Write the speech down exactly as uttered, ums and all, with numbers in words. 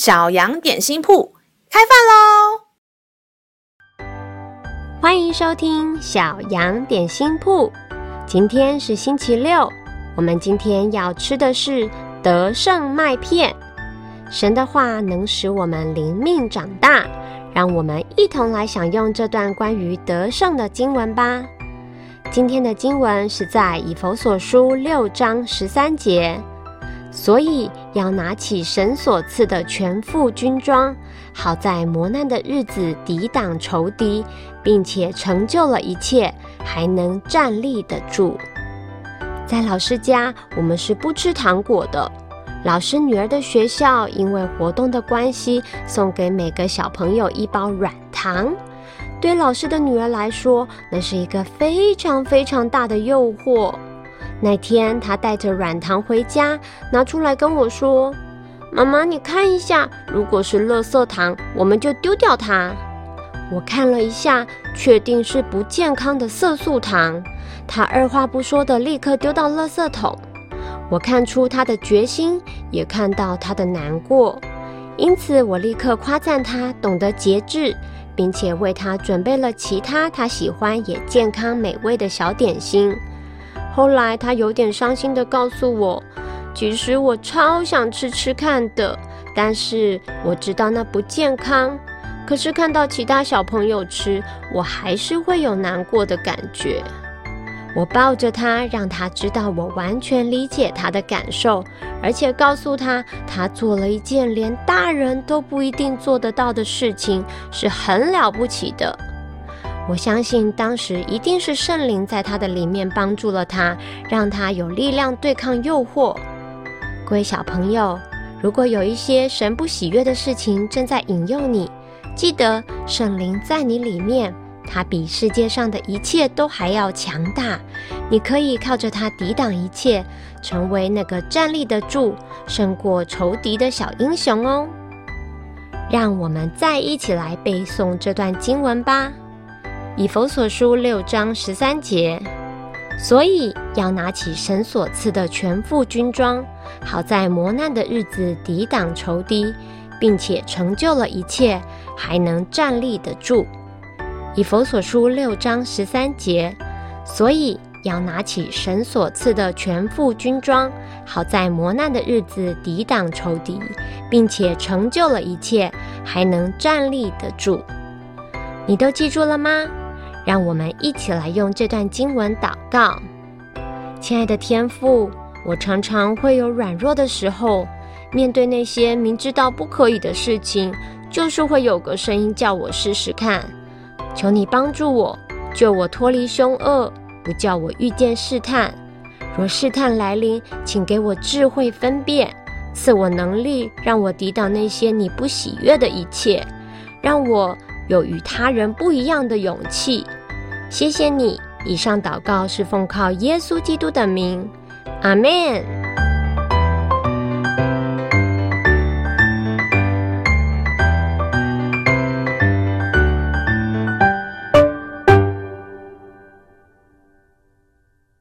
小羊点心铺开饭喽！ 欢迎收听小羊点心铺。今天是星期六，我们今天要吃的是得胜麦片。神的话能使我们灵命长大，让我们一同来享用这段关于得胜的经文吧。今天的经文是在以弗所书六章十三节，所以要拿起神所赐的全副军装，好在磨难的日子抵挡仇敌，并且成就了一切，还能站立得住。在老师家，我们是不吃糖果的。老师女儿的学校因为活动的关系，送给每个小朋友一包软糖。对老师的女儿来说，那是一个非常非常大的诱惑。那天她带着软糖回家，拿出来跟我说，妈妈你看一下，如果是垃圾糖，我们就丢掉它。我看了一下，确定是不健康的色素糖，她二话不说的立刻丢到垃圾桶。我看出她的决心，也看到她的难过，因此我立刻夸赞她懂得节制，并且为她准备了其他她喜欢也健康美味的小点心。后来她有点伤心地告诉我，其实我超想吃吃看的，但是我知道那不健康，可是看到其他小朋友吃，我还是会有难过的感觉。我抱着她，让她知道我完全理解她的感受，而且告诉她，她做了一件连大人都不一定做得到的事情，是很了不起的。我相信当时一定是圣灵在她的里面帮助了她，让她有力量对抗诱惑。各位小朋友，如果有一些神不喜悦的事情正在引诱你，记得圣灵在你里面，他比世界上的一切都还要强大，你可以靠着他抵挡一切，成为那个站立得住胜过仇敌的小英雄哦。让我们再一起来背诵这段经文吧。以弗所书六章十三节，所以要拿起神所赐的全副军装，好在磨难的日子抵挡仇敌，并且成就了一切，还能站立得住。以弗所书六章十三节，所以要拿起神所赐的全副军装，好在磨难的日子抵挡仇敌，并且成就了一切，还能站立得住。你都记住了吗？让我们一起来用这段经文祷告。亲爱的天父，我常常会有软弱的时候，面对那些明知道不可以的事情，就是会有个声音叫我试试看。求你帮助我，救我脱离凶恶，不叫我遇见试探。若试探来临，请给我智慧分辨，赐我能力，让我抵挡那些你不喜悦的一切，让我有与他人不一样的勇气。谢谢你，以上祷告是奉靠耶稣基督的名，阿们。